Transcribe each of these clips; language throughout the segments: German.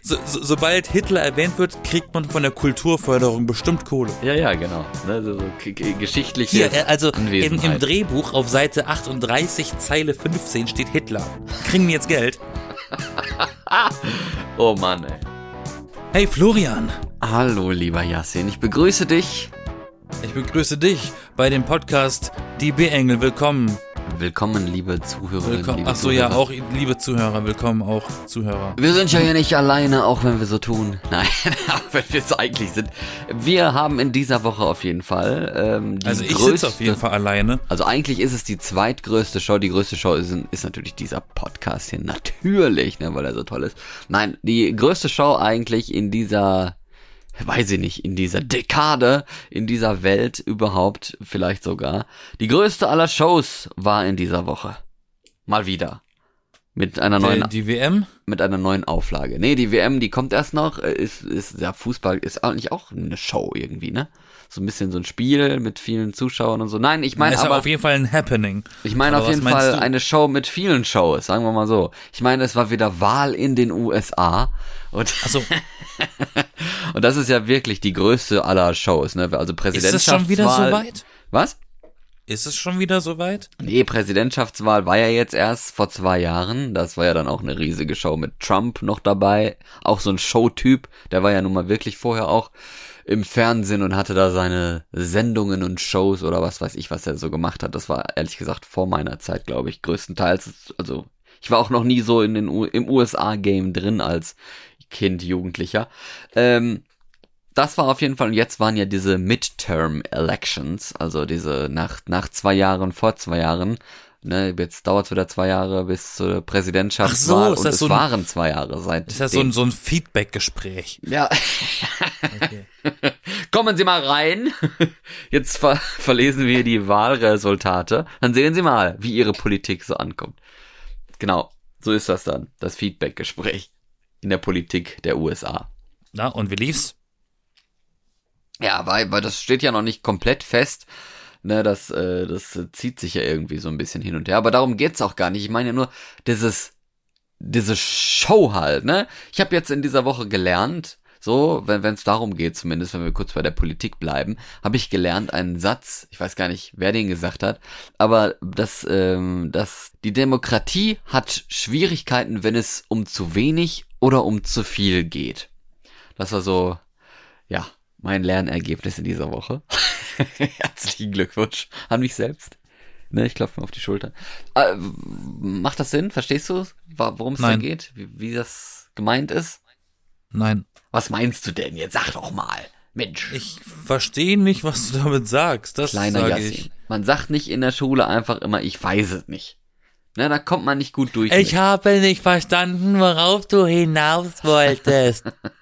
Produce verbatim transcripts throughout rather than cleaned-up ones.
so, so, sobald Hitler erwähnt wird, kriegt man von der Kulturförderung bestimmt Kohle. Ja, ja, genau. Ne, so, so k- k- geschichtliche Hier, also im, Anwesenheit. im Drehbuch auf Seite achtunddreißig, Zeile fünfzehn steht Hitler. Kriegen wir jetzt Geld? Oh Mann, ey. Hey Florian. Hallo, lieber Yassin, ich begrüße dich. Ich begrüße dich bei dem Podcast Die B-Engel. Willkommen. Willkommen, liebe Zuhörerinnen. Willkommen. Liebe Ach so, ja, Zuhörer. auch liebe Zuhörer. Willkommen auch Zuhörer. Wir sind ja hier nicht alleine, auch wenn wir so tun. Nein, auch wenn wir es eigentlich sind. Wir haben in dieser Woche auf jeden Fall ähm, die Also ich größte, sitze auf jeden Fall alleine. Also eigentlich ist es die zweitgrößte Show. Die größte Show ist, ist natürlich dieser Podcast hier. Natürlich, ne, weil er so toll ist. Nein, die größte Show eigentlich in dieser... weiß ich nicht, in dieser Dekade, in dieser Welt überhaupt, vielleicht sogar. Die größte aller Shows war in dieser Woche. Mal wieder. Mit einer neuen, Die, die W M? mit einer neuen Auflage. Nee, die W M, die kommt erst noch, ist, ist, ja, Fußball ist eigentlich auch eine Show irgendwie, ne? So ein bisschen so ein Spiel mit vielen Zuschauern und so. Nein, ich meine ist aber, auf jeden Fall ein Happening. ich meine Aber auf was jeden meinst Fall du? eine Show mit vielen Shows, sagen wir mal so. Ich meine, es war wieder Wahl in den U S A und Also und das ist ja wirklich die größte aller Shows, ne? Also ist es Präsidentschaftswahl. schon wieder soweit? Was? Ist es schon wieder soweit? Nee, Präsidentschaftswahl war ja jetzt erst vor zwei Jahren. Das war ja dann auch eine riesige Show mit Trump noch dabei. Auch so ein Showtyp. Der war ja nun mal wirklich vorher auch im Fernsehen und hatte da seine Sendungen und Shows oder was weiß ich, was er so gemacht hat. Das war ehrlich gesagt vor meiner Zeit, glaube ich, größtenteils. Also ich war auch noch nie so in den U- im U S A-Game drin als Kind, Jugendlicher. Ähm, das war auf jeden Fall, und jetzt waren ja diese Midterm-Elections, also diese nach nach zwei Jahren, vor zwei Jahren, ne, jetzt dauert es wieder zwei Jahre bis zur Präsidentschaftswahl. Ach so, ist und das es so ein- waren zwei Jahre seit. Ist das so ein, so ein Feedback-Gespräch? Ja. Okay. Kommen Sie mal rein. Jetzt ver verlesen wir die Wahlresultate. Dann sehen Sie mal, wie Ihre Politik so ankommt. Genau, so ist das dann, das Feedback-Gespräch in der Politik der U S A. Na, und wie lief's? Ja, weil, weil das steht ja noch nicht komplett fest. Ne, das, äh, das zieht sich ja irgendwie so ein bisschen hin und her. Aber darum geht's auch gar nicht. Ich meine ja nur, dieses, diese Show halt, ne? Ich habe jetzt in dieser Woche gelernt, so, wenn es darum geht, zumindest wenn wir kurz bei der Politik bleiben, habe ich gelernt einen Satz, ich weiß gar nicht, wer den gesagt hat, aber dass, ähm, dass die Demokratie hat Schwierigkeiten, wenn es um zu wenig oder um zu viel geht. Das war so, ja, mein Lernergebnis in dieser Woche. Herzlichen Glückwunsch an mich selbst. Ne, ich klopfe mir auf die Schulter. Äh, macht das Sinn? Verstehst du, worum es denn geht? Wie, wie das gemeint ist? Nein. Was meinst du denn jetzt? Sag doch mal. Mensch. Ich verstehe nicht, was du damit sagst. Das Kleiner sage Yassin. ich. Man sagt nicht in der Schule einfach immer, ich weiß es nicht. Ne, da kommt man nicht gut durch. Ich mit. habe nicht verstanden, worauf du hinaus wolltest.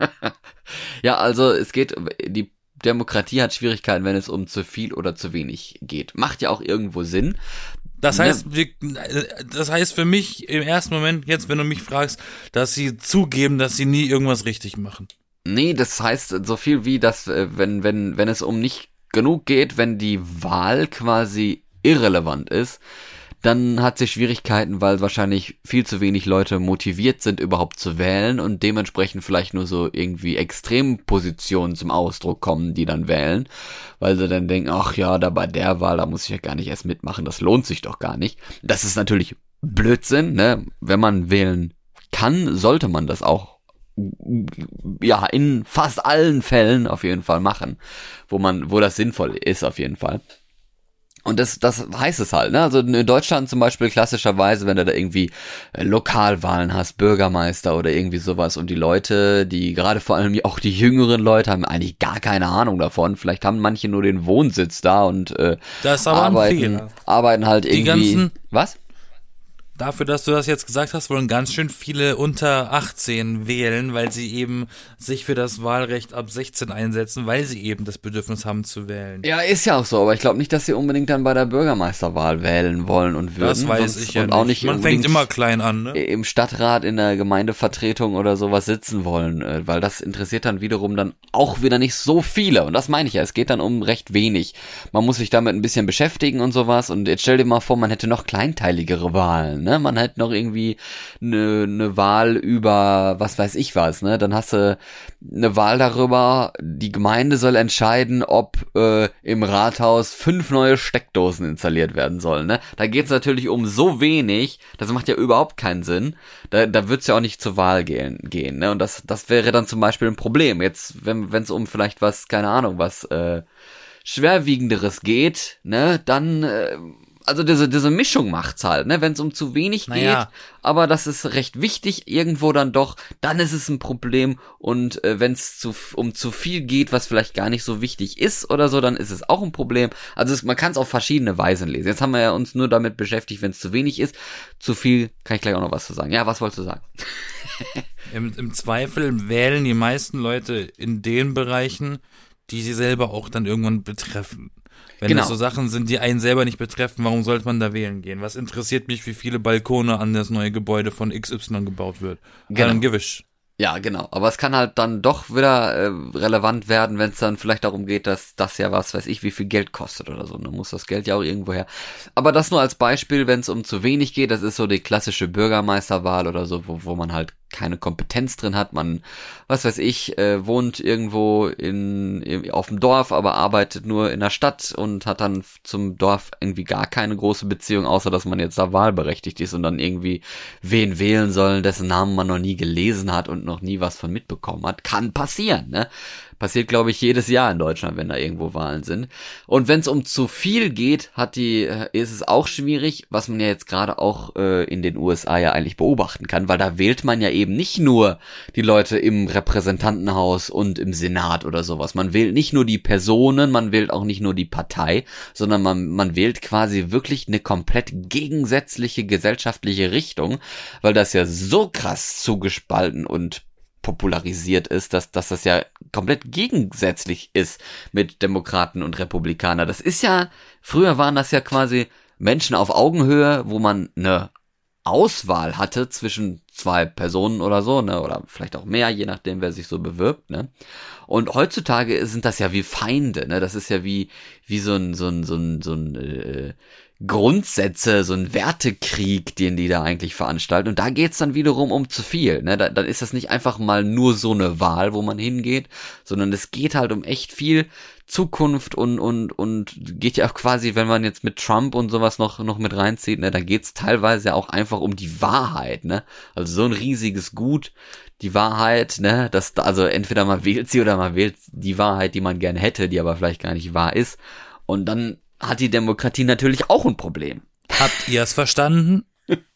Ja, also es geht, die Demokratie hat Schwierigkeiten, wenn es um zu viel oder zu wenig geht. Macht ja auch irgendwo Sinn. Das Ne? heißt, wir, das heißt für mich im ersten Moment, jetzt wenn du mich fragst, dass sie zugeben, dass sie nie irgendwas richtig machen. Nee, das heißt so viel wie, dass äh, wenn, wenn, wenn es um nicht genug geht, wenn die Wahl quasi irrelevant ist, dann hat sie Schwierigkeiten, weil wahrscheinlich viel zu wenig Leute motiviert sind, überhaupt zu wählen und dementsprechend vielleicht nur so irgendwie Extrempositionen zum Ausdruck kommen, die dann wählen, weil sie dann denken, ach ja, da bei der Wahl, da muss ich ja gar nicht erst mitmachen, das lohnt sich doch gar nicht. Das ist natürlich Blödsinn, ne? Wenn man wählen kann, sollte man das auch ja in fast allen Fällen auf jeden Fall machen, wo man, wo das sinnvoll ist auf jeden Fall. Und das, das heißt es halt, ne? Also in Deutschland zum Beispiel klassischerweise, wenn du da irgendwie äh, Lokalwahlen hast, Bürgermeister oder irgendwie sowas und die Leute, die gerade vor allem auch die jüngeren Leute haben eigentlich gar keine Ahnung davon. Vielleicht haben manche nur den Wohnsitz da und äh, Das ist aber ein arbeiten, Fehler. arbeiten halt Die irgendwie. ganzen- Was? Dafür, dass du das jetzt gesagt hast, wollen ganz schön viele unter achtzehn wählen, weil sie eben sich für das Wahlrecht ab sechzehn einsetzen, weil sie eben das Bedürfnis haben zu wählen. Ja, ist ja auch so, aber ich glaube nicht, dass sie unbedingt dann bei der Bürgermeisterwahl wählen wollen und würden. Das weiß sonst- ich ja und nicht. auch nicht Man unbedingt fängt immer klein an, ne? im Stadtrat, in der Gemeindevertretung oder sowas sitzen wollen, äh, weil das interessiert dann wiederum dann auch wieder nicht so viele. Und das meine ich ja, es geht dann um recht wenig. Man muss sich damit ein bisschen beschäftigen und sowas. Und jetzt stell dir mal vor, man hätte noch kleinteiligere Wahlen, ne? Man hätte noch irgendwie eine ne Wahl über was weiß ich was, ne? Dann hast du eine Wahl darüber, die Gemeinde soll entscheiden, ob äh, im Rathaus fünf neue Steckdosen installiert werden sollen, ne? Da geht's natürlich um so wenig, das macht ja überhaupt keinen Sinn. Da, da wird's ja auch nicht zur Wahl gehen, gehen, ne? Und das, das wäre dann zum Beispiel ein Problem. Jetzt, wenn es um vielleicht was, keine Ahnung, was äh, schwerwiegenderes geht, ne, dann, äh, also diese diese Mischung macht's halt, ne, wenn es um zu wenig Naja. geht, aber das ist recht wichtig irgendwo dann doch, dann ist es ein Problem und äh, wenn es zu um zu viel geht, was vielleicht gar nicht so wichtig ist oder so, dann ist es auch ein Problem. Also es, man kann es auf verschiedene Weisen lesen. Jetzt haben wir ja uns nur damit beschäftigt, wenn es zu wenig ist, zu viel, kann ich gleich auch noch was zu sagen. Ja, was wolltest du sagen? Im, Im Zweifel wählen die meisten Leute in den Bereichen, die sie selber auch dann irgendwann betreffen. Wenn Genau. das so Sachen sind, die einen selber nicht betreffen, warum sollte man da wählen gehen? Was interessiert mich, wie viele Balkone an das neue Gebäude von X Y gebaut wird? Genau. Ein Gewisch. Ja, genau. Aber es kann halt dann doch wieder äh, relevant werden, wenn es dann vielleicht darum geht, dass das ja was weiß ich, wie viel Geld kostet oder so. Dann muss das Geld ja auch irgendwo her. Aber das nur als Beispiel, wenn es um zu wenig geht. Das ist so die klassische Bürgermeisterwahl oder so, wo, wo man halt keine Kompetenz drin hat. Man, was weiß ich, äh, wohnt irgendwo in, in auf dem Dorf, aber arbeitet nur in der Stadt und hat dann zum Dorf irgendwie gar keine große Beziehung, außer dass man jetzt da wahlberechtigt ist und dann irgendwie wen wählen soll, dessen Namen man noch nie gelesen hat und noch nie was von mitbekommen hat. Kann passieren, ne? Passiert, glaube ich, jedes Jahr in Deutschland, wenn da irgendwo Wahlen sind. Und wenn es um zu viel geht, hat die, ist es auch schwierig, was man ja jetzt gerade auch äh, in den U S A ja eigentlich beobachten kann, weil da wählt man ja eben nicht nur die Leute im Repräsentantenhaus und im Senat oder sowas. Man wählt nicht nur die Personen, man wählt auch nicht nur die Partei, sondern man, man wählt quasi wirklich eine komplett gegensätzliche gesellschaftliche Richtung, weil das ja so krass zugespalten und popularisiert ist, dass, dass das ja komplett gegensätzlich ist mit Demokraten und Republikaner. Das ist ja, früher waren das ja quasi Menschen auf Augenhöhe, wo man eine Auswahl hatte zwischen zwei Personen oder so, ne, oder vielleicht auch mehr, je nachdem, wer sich so bewirbt, ne. Und heutzutage sind das ja wie Feinde, ne, das ist ja wie, wie so ein, so ein, so ein, so ein, äh, Grundsätze, so ein Wertekrieg, den die da eigentlich veranstalten. Und da geht's dann wiederum um zu viel. Ne? Da, dann ist das nicht einfach mal nur so eine Wahl, wo man hingeht, sondern es geht halt um echt viel Zukunft und und und geht ja auch quasi, wenn man jetzt mit Trump und sowas noch noch mit reinzieht, ne, dann geht's teilweise auch einfach um die Wahrheit, ne? Also so ein riesiges Gut, die Wahrheit, ne? Das, also entweder man wählt sie oder man wählt die Wahrheit, die man gerne hätte, die aber vielleicht gar nicht wahr ist. Und dann hat die Demokratie natürlich auch ein Problem. Habt ihr es verstanden?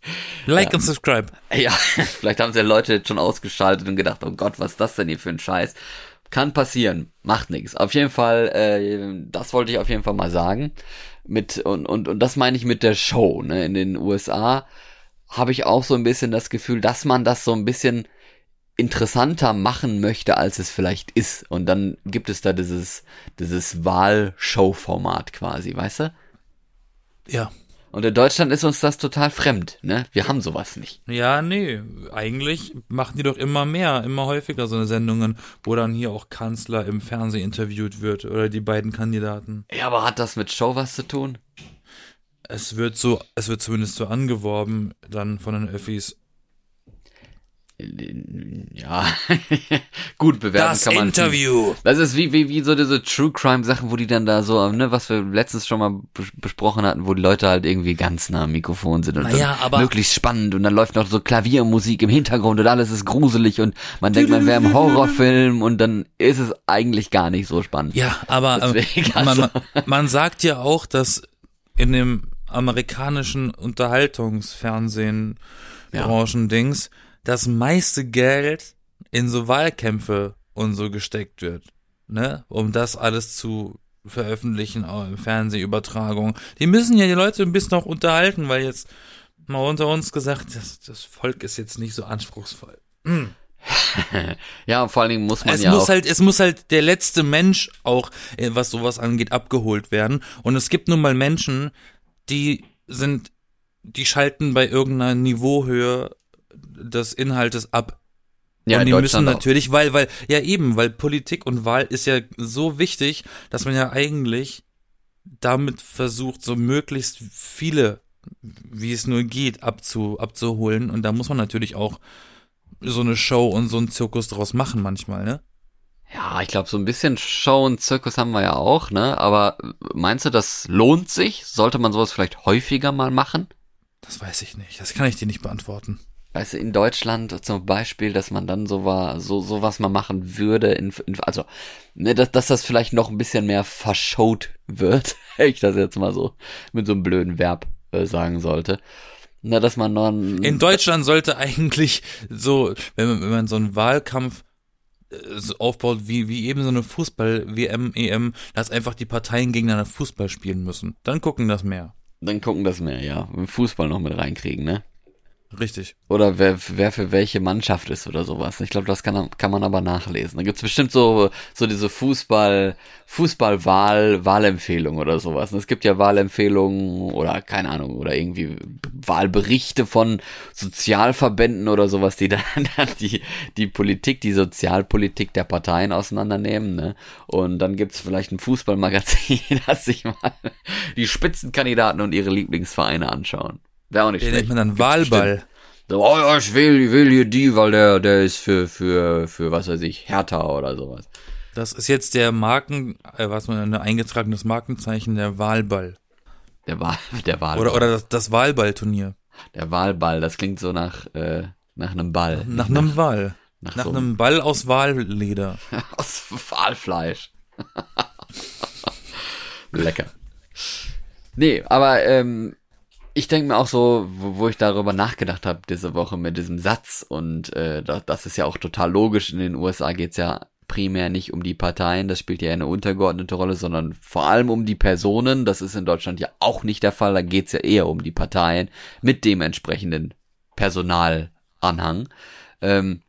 Like ja. und subscribe. Ja, vielleicht haben sie ja Leute jetzt schon ausgeschaltet und gedacht, oh Gott, was ist das denn hier für ein Scheiß? Kann passieren, macht nichts. Auf jeden Fall, äh, das wollte ich auf jeden Fall mal sagen. Mit und und und das meine ich mit der Show. Ne? In den U S A habe ich auch so ein bisschen das Gefühl, dass man das so ein bisschen interessanter machen möchte, als es vielleicht ist. Und dann gibt es da dieses dieses Wahlshow-Format quasi, weißt du? Ja. Und in Deutschland ist uns das total fremd, ne? Wir haben sowas nicht. Ja, nee, eigentlich machen die doch immer mehr, immer häufiger so eine Sendungen, wo dann hier auch Kanzler im Fernsehen interviewt wird oder die beiden Kandidaten. Ja, aber hat das mit Show was zu tun? Es wird so, es wird zumindest so angeworben dann von den Öffis. Ja, gut bewerten Das kann man. Interview. Das ist wie, wie, wie so diese True Crime Sachen, wo die dann da so, ne, was wir letztens schon mal bes- besprochen hatten, wo die Leute halt irgendwie ganz nah am Mikrofon sind und Naja, dann aber- möglichst spannend und dann läuft noch so Klaviermusik im Hintergrund und alles ist gruselig und man denkt, man wäre im Horrorfilm und dann ist es eigentlich gar nicht so spannend. Ja, aber ähm, Deswegen, man, also- man, man sagt ja auch, dass in dem amerikanischen Unterhaltungsfernsehen Ja. Branchendings das meiste Geld in so Wahlkämpfe und so gesteckt wird, ne, um das alles zu veröffentlichen, auch im Fernsehübertragung. Die müssen ja die Leute ein bisschen auch unterhalten, weil jetzt mal unter uns gesagt, das, das Volk ist jetzt nicht so anspruchsvoll. Hm. Ja, und vor allen Dingen muss man Es ja muss auch, halt, es muss halt der letzte Mensch auch, äh, was sowas angeht, abgeholt werden. Und es gibt nun mal Menschen, die sind, die schalten bei irgendeiner Niveauhöhe des Inhaltes ab. ja, und in die müssen Deutschland auch. natürlich, weil, weil, ja eben, weil Politik und Wahl ist ja so wichtig, dass man ja eigentlich damit versucht, so möglichst viele wie es nur geht, abzu, abzuholen. Und da muss man natürlich auch so eine Show und so einen Zirkus draus machen manchmal, ne? Ja, ich glaube, so ein bisschen Show und Zirkus haben wir ja auch, ne? Aber meinst du, das lohnt sich? Sollte man sowas vielleicht häufiger mal machen? Das weiß ich nicht. Das kann ich dir nicht beantworten. Weißt du, in Deutschland zum Beispiel, dass man dann so war, so, so was man machen würde, in, in, also, ne, dass, dass das vielleicht noch ein bisschen mehr verschaut wird, wenn ich das jetzt mal so mit so einem blöden Verb äh, sagen sollte. Na, dass man noch in Deutschland sollte eigentlich so, wenn man, wenn man so einen Wahlkampf äh, so aufbaut, wie, wie eben so eine Fußball-W M, E M, dass einfach die Parteien gegeneinander Fußball spielen müssen. Dann gucken das mehr. Dann gucken das mehr, ja. Fußball noch mit reinkriegen, ne? Richtig. Oder wer, wer für welche Mannschaft ist oder sowas. Ich glaube, das kann, kann man aber nachlesen. Da gibt's bestimmt so, so diese Fußball, Fußballwahl, Wahlempfehlungen oder sowas. Und es gibt ja Wahlempfehlungen oder keine Ahnung, oder irgendwie Wahlberichte von Sozialverbänden oder sowas, die dann, dann die, die Politik, die Sozialpolitik der Parteien auseinandernehmen, ne? Und dann gibt's vielleicht ein Fußballmagazin, das sich mal die Spitzenkandidaten und ihre Lieblingsvereine anschauen. Wäre auch nicht Den schlecht. nennt man dann Wahlball. So, oh ja, ich will, ich will hier die, weil der, der ist für, für, für, was weiß ich, Hertha oder sowas. Das ist jetzt der Marken, äh, was man, ein eingetragenes Markenzeichen, der Wahlball. Der Wahl, der Wahlball. Oder, oder das, das Wahlballturnier. Der Wahlball, das klingt so nach, äh, nach einem Ball. Nach einem Wal. Nach, Nach so einem Ball aus Walleder. aus Walfleisch. Lecker. Nee, aber, ähm, ich denke mir auch so, wo, wo ich darüber nachgedacht habe diese Woche mit diesem Satz und äh, das, das ist ja auch total logisch, in den U S A geht's ja primär nicht um die Parteien, das spielt ja eine untergeordnete Rolle, sondern vor allem um die Personen, das ist in Deutschland ja auch nicht der Fall, da geht's ja eher um die Parteien mit dem entsprechenden Personalanhang. Ähm,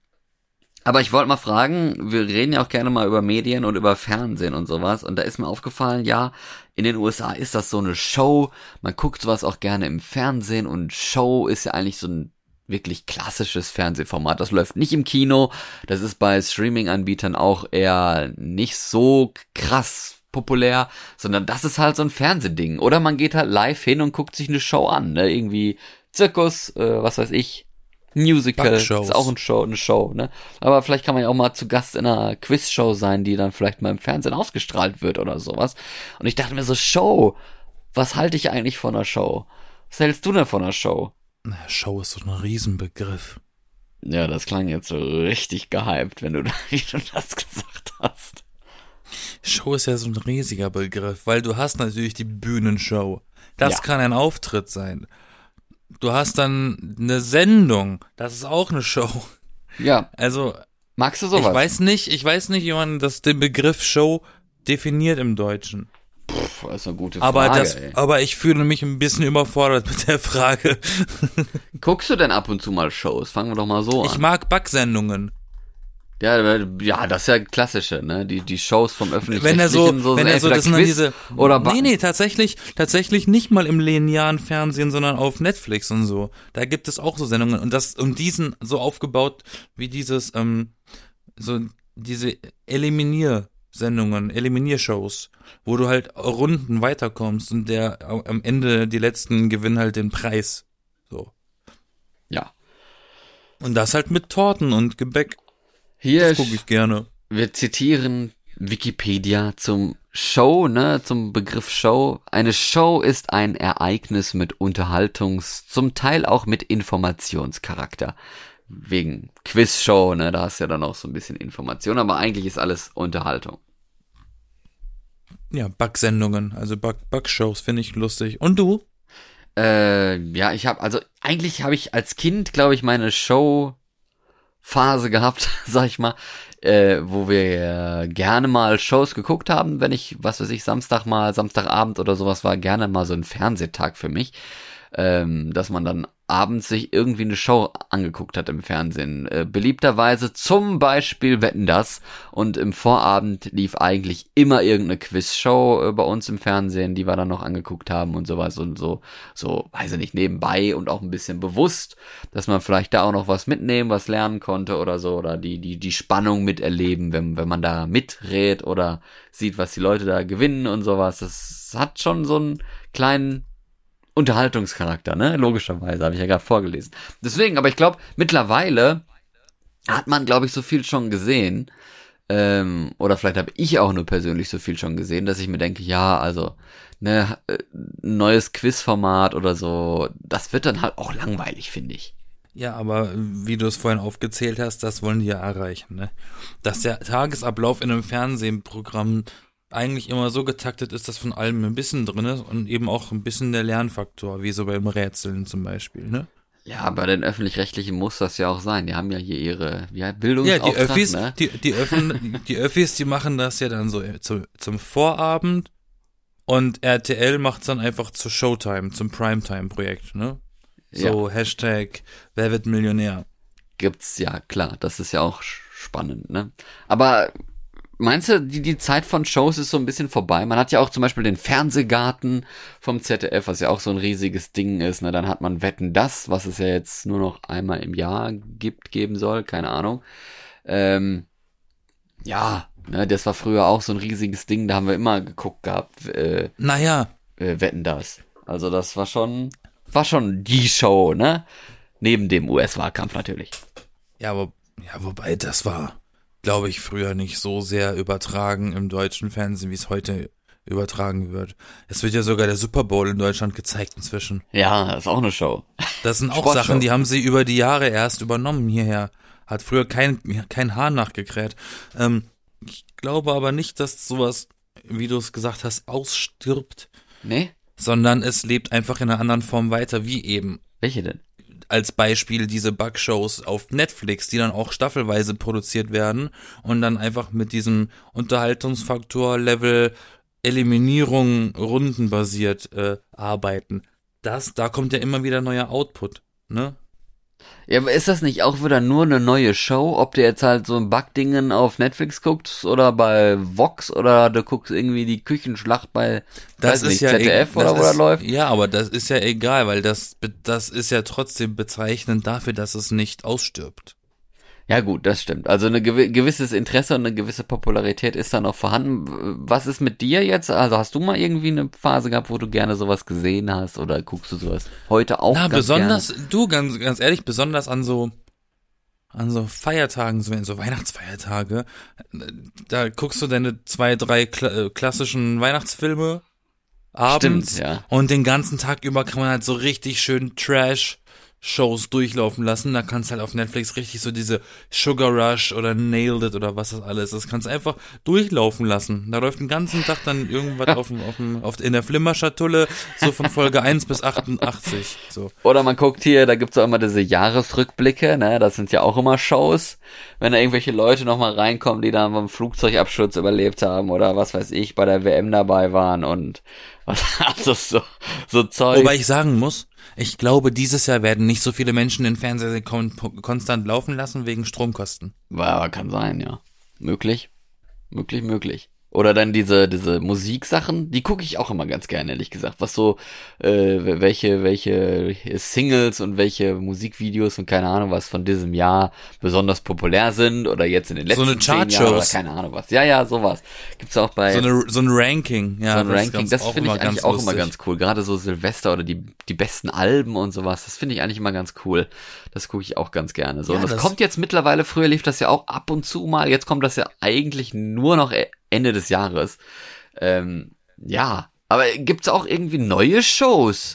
aber ich wollte mal fragen, wir reden ja auch gerne mal über Medien und über Fernsehen und sowas und da ist mir aufgefallen, ja, in den U S A ist das so eine Show, man guckt sowas auch gerne im Fernsehen und Show ist ja eigentlich so ein wirklich klassisches Fernsehformat, das läuft nicht im Kino, das ist bei Streaming-Anbietern auch eher nicht so krass populär, sondern das ist halt so ein Fernsehding oder man geht halt live hin und guckt sich eine Show an, ne, irgendwie Zirkus, äh, was weiß ich, Musical, ist auch ein Show, eine Show, ne? Aber vielleicht kann man ja auch mal zu Gast in einer Quizshow sein, die dann vielleicht mal im Fernsehen ausgestrahlt wird oder sowas. Und ich dachte mir so, Show, was halte ich eigentlich von einer Show? Was hältst du denn von einer Show? Naja, Show ist so ein Riesenbegriff. Ja, das klang jetzt so richtig gehypt, wenn du, wie du das gesagt hast. Show ist ja so ein riesiger Begriff, weil du hast natürlich die Bühnenshow. Das Ja. kann ein Auftritt sein. Du hast dann eine Sendung, das ist auch eine Show. Ja, Also, magst du sowas? ich weiß nicht, ich weiß nicht, wie man das, den Begriff Show definiert im Deutschen. Pff, das ist eine gute Aber Frage, das, ey. aber ich fühle mich ein bisschen überfordert mit der Frage. Guckst du denn ab und zu mal Shows? Fangen wir doch mal so Ich an. mag Backsendungen. Ja, ja, das ist ja klassische, ne? Die die Shows vom öffentlich Wenn er so, so wenn sind er so, entweder das sind dann Quiz diese, oder Ba- nee, nee, tatsächlich, tatsächlich nicht mal im linearen Fernsehen, sondern auf Netflix und so. Da gibt es auch so Sendungen und das, und die sind so aufgebaut wie dieses, ähm, so, diese Eliminier-Sendungen, Eliminier-Shows, wo du halt Runden weiterkommst und der am Ende, die letzten gewinnen halt den Preis. So. Ja. Und das halt mit Torten und Gebäck. Hier Das gucke ich gerne. wir zitieren Wikipedia zum Show, ne, zum Begriff Show. Eine Show ist ein Ereignis mit Unterhaltungs-, zum Teil auch mit Informationscharakter. Wegen Quizshow, ne, da hast du ja dann auch so ein bisschen Information, aber eigentlich ist alles Unterhaltung. Ja, Backsendungen, also Back Backshows finde ich lustig. Und du? Äh, ja, ich habe, also eigentlich habe ich als Kind, glaube ich, meine Show-Phase gehabt, sag ich mal, äh, wo wir äh, gerne mal Shows geguckt haben, wenn ich, was weiß ich, Samstag mal, Samstagabend oder sowas war, gerne mal so ein Fernsehtag für mich, ähm, dass man dann abends sich irgendwie eine Show angeguckt hat im Fernsehen. Äh, beliebterweise zum Beispiel Wetten, dass, und im Vorabend lief eigentlich immer irgendeine Quizshow äh, bei uns im Fernsehen, die wir dann noch angeguckt haben und sowas und so, so, weiß ich nicht, nebenbei und auch ein bisschen bewusst, dass man vielleicht da auch noch was mitnehmen, was lernen konnte oder so, oder die, die, die Spannung miterleben, wenn, wenn man da miträt oder sieht, was die Leute da gewinnen und sowas. Das hat schon so einen kleinen Unterhaltungscharakter, ne? Logischerweise, habe ich ja gerade vorgelesen. Deswegen, aber ich glaube, mittlerweile hat man, glaube ich, so viel schon gesehen, ähm, oder vielleicht habe ich auch nur persönlich so viel schon gesehen, dass ich mir denke, ja, also, ne, äh, neues Quizformat oder so, das wird dann halt auch langweilig, finde ich. Ja, aber wie du es vorhin aufgezählt hast, das wollen die ja erreichen, ne? Dass der Tagesablauf in einem Fernsehprogramm eigentlich immer so getaktet ist, dass von allem ein bisschen drin ist und eben auch ein bisschen der Lernfaktor, wie so beim Rätseln zum Beispiel, ne? Ja, bei den Öffentlich-Rechtlichen muss das ja auch sein. Die haben ja hier ihre ja, Ja, Bildungsauftrag, die Öffis, ne? die, die, Öffn, die Öffis, die machen das ja dann so zu, zum Vorabend und R T L macht's dann einfach zur Showtime, zum Primetime-Projekt, ne? So, Ja. Hashtag, wer wird Millionär? Gibt's, ja, klar. Das ist ja auch sch- spannend, ne? Aber meinst du, die, die Zeit von Shows ist so ein bisschen vorbei? Man hat ja auch zum Beispiel den Fernsehgarten vom Z D F, was ja auch so ein riesiges Ding ist, ne? Dann hat man Wetten, das, was es ja jetzt nur noch einmal im Jahr gibt, geben soll, keine Ahnung. Ähm, ja, ne, das war früher auch so ein riesiges Ding, da haben wir immer geguckt gehabt, äh, Naja, äh, Wetten, das. Also das war schon, war schon die Show, ne? Neben dem U S-Wahlkampf natürlich. ja, wo, ja, wobei das war, glaube ich, früher nicht so sehr übertragen im deutschen Fernsehen, wie es heute übertragen wird. Es wird ja sogar der Super Bowl in Deutschland gezeigt inzwischen. Ja, das ist auch eine Show. Das sind auch Sportshow. Sachen, die haben sie über die Jahre erst übernommen hierher. Hat früher kein, kein Haar nachgekräht. Ähm, ich glaube aber nicht, dass sowas, wie du es gesagt hast, ausstirbt, Nee? sondern es lebt einfach in einer anderen Form weiter, wie eben Welche denn? als Beispiel diese Bug-Shows auf Netflix, die dann auch staffelweise produziert werden und dann einfach mit diesem Unterhaltungsfaktor-Level Eliminierung rundenbasiert äh, arbeiten. Das, da kommt ja immer wieder neuer Output, ne? Ja, aber ist das nicht auch wieder nur eine neue Show? Ob du jetzt halt so ein Bugdingen auf Netflix guckst oder bei Vox oder du guckst irgendwie die Küchenschlacht bei Das weiß ist nicht, ja Z D F e- oder das wo das ist, läuft? Ja, aber das ist ja egal, weil das, be- das ist ja trotzdem bezeichnend dafür, dass es nicht ausstirbt. Ja gut, das stimmt. Also ein gewi gewisses Interesse und eine gewisse Popularität ist da noch vorhanden. Was ist mit dir jetzt? Also hast du mal irgendwie eine Phase gehabt, wo du gerne sowas gesehen hast oder guckst du sowas heute auch Na, ganz besonders, gerne? du, ganz, ganz ehrlich, besonders an so, an so Feiertagen, so, so Weihnachtsfeiertage, da guckst du deine zwei, drei kla äh, klassischen Weihnachtsfilme abends Stimmt, ja. und den ganzen Tag über kann man halt so richtig schön Trash Shows durchlaufen lassen. Da kannst du halt auf Netflix richtig so diese Sugar Rush oder Nailed It oder was das alles ist. Das kannst du einfach durchlaufen lassen. Da läuft den ganzen Tag dann irgendwas auf dem, auf dem, auf, in der Flimmerschatulle, so von Folge eins bis achtundachtzig. So. Oder man guckt hier, da gibt's auch immer diese Jahresrückblicke, ne? Das sind ja auch immer Shows, wenn da irgendwelche Leute nochmal reinkommen, die da beim Flugzeugabsturz überlebt haben oder was weiß ich, bei der W M dabei waren und was also so, so Zeug. Wobei ich sagen muss, ich glaube, dieses Jahr werden nicht so viele Menschen den Fernseher kon konstant laufen lassen wegen Stromkosten. Ja, kann sein, ja. Möglich. Möglich, möglich. Oder dann diese, diese Musiksachen, die gucke ich auch immer ganz gerne, ehrlich gesagt. Was so, äh, welche, welche Singles und welche Musikvideos und keine Ahnung was von diesem Jahr besonders populär sind oder jetzt in den letzten So eine zehn Jahren oder Chartshows. keine Ahnung was. Ja, ja, sowas. Gibt's auch bei So, eine, so ein Ranking, ja. so ein das ist Ranking. ganz- Das auch finde ich immer eigentlich ganz auch immer lustig. ganz cool. Gerade so Silvester oder die, die besten Alben und sowas. Das finde ich eigentlich immer ganz cool. Das gucke ich auch ganz gerne. So, Ja, und das, das- kommt jetzt mittlerweile, früher lief das ja auch ab und zu mal. Jetzt kommt das ja eigentlich nur noch e- Ende des Jahres. Ähm, ja. Aber gibt's auch irgendwie neue Shows?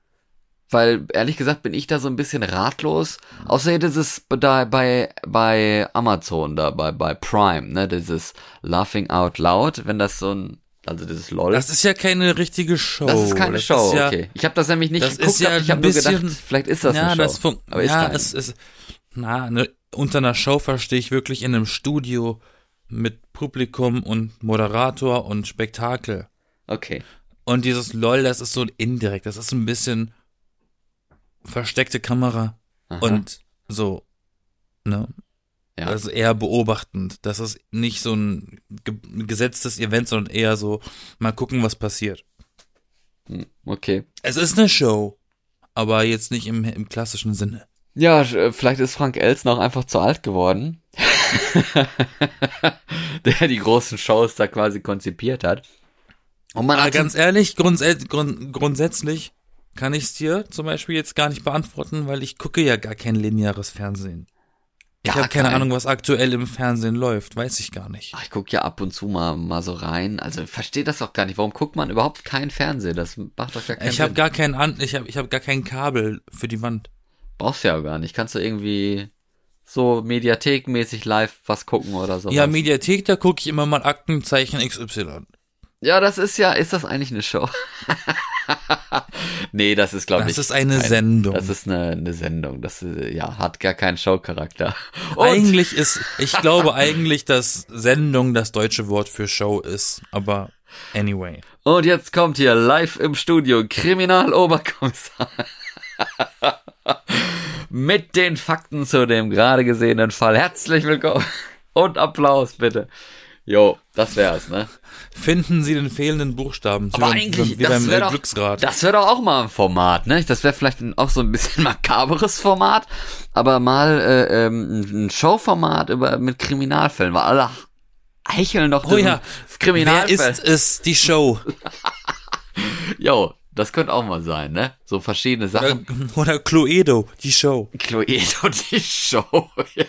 Weil, ehrlich gesagt, bin ich da so ein bisschen ratlos. Außer dieses da bei, bei Amazon, da bei, bei Prime, ne, dieses Laughing Out Loud, wenn das so ein, also dieses LOL. Das ist ja keine richtige Show. Das ist keine Show, ist ja, okay. Ich habe das nämlich nicht das geguckt, ist ja ich habe ein nur bisschen- gedacht, vielleicht ist das ja, eine Show. das fun- aber ist ja, keine. es ist, na, ne, unter einer Show verstehe ich wirklich in einem Studio mit Publikum und Moderator und Spektakel. Okay. Und dieses LOL, das ist so indirekt, das ist ein bisschen versteckte Kamera Aha. und so, ne? Ja. Also eher beobachtend. Das ist nicht so ein ge gesetztes Event, sondern eher so, mal gucken, was passiert. Hm, okay. Es ist eine Show, aber jetzt nicht im, im klassischen Sinne. Ja, äh, vielleicht ist Frank Elstner auch einfach zu alt geworden. Der die großen Shows da quasi konzipiert hat. Und man Aber hat ganz ehrlich, grundsä grund grundsätzlich kann ich es dir zum Beispiel jetzt gar nicht beantworten, weil ich gucke ja gar kein lineares Fernsehen. Ich Gar habe keine kein. Ahnung, was aktuell im Fernsehen läuft, weiß ich gar nicht. Ach, ich gucke ja ab und zu mal, mal so rein. Also ich verstehe das doch gar nicht. Warum guckt man überhaupt kein Fernsehen? Das macht doch gar keinen Ich habe Sinn. gar kein An ich habe ich habe gar kein Kabel für die Wand. Brauchst du ja gar nicht. Kannst du irgendwie so mediathekmäßig live was gucken oder so. Ja, Mediathek, da gucke ich immer mal Aktenzeichen X Y. Ja, das ist ja, ist das eigentlich eine Show? Nee, das ist, glaube ich. Das ist eine Sendung. Das ist eine, eine Sendung. Das äh, ja, hat gar keinen Showcharakter. Und Eigentlich ist, ich glaube eigentlich, dass Sendung das deutsche Wort für Show ist, aber anyway. Und jetzt kommt hier live im Studio Kriminaloberkommissar mit den Fakten zu dem gerade gesehenen Fall. Herzlich willkommen und Applaus bitte. Jo, das wär's, ne? Finden Sie den fehlenden Buchstaben? Aber wie eigentlich, wie das beim wäre äh, doch, Glücksrad. das wäre doch auch mal ein Format, ne? Das wäre vielleicht ein, auch so ein bisschen makaberes Format, aber mal äh, ähm, ein Showformat über mit Kriminalfällen, weil alle hecheln doch Oh ja, wer Kriminalfällen. ist es, die Show? Jo, das könnte auch mal sein, ne? So verschiedene Oder, Sachen. oder Cluedo, die Show. Cluedo, die Show. Ja.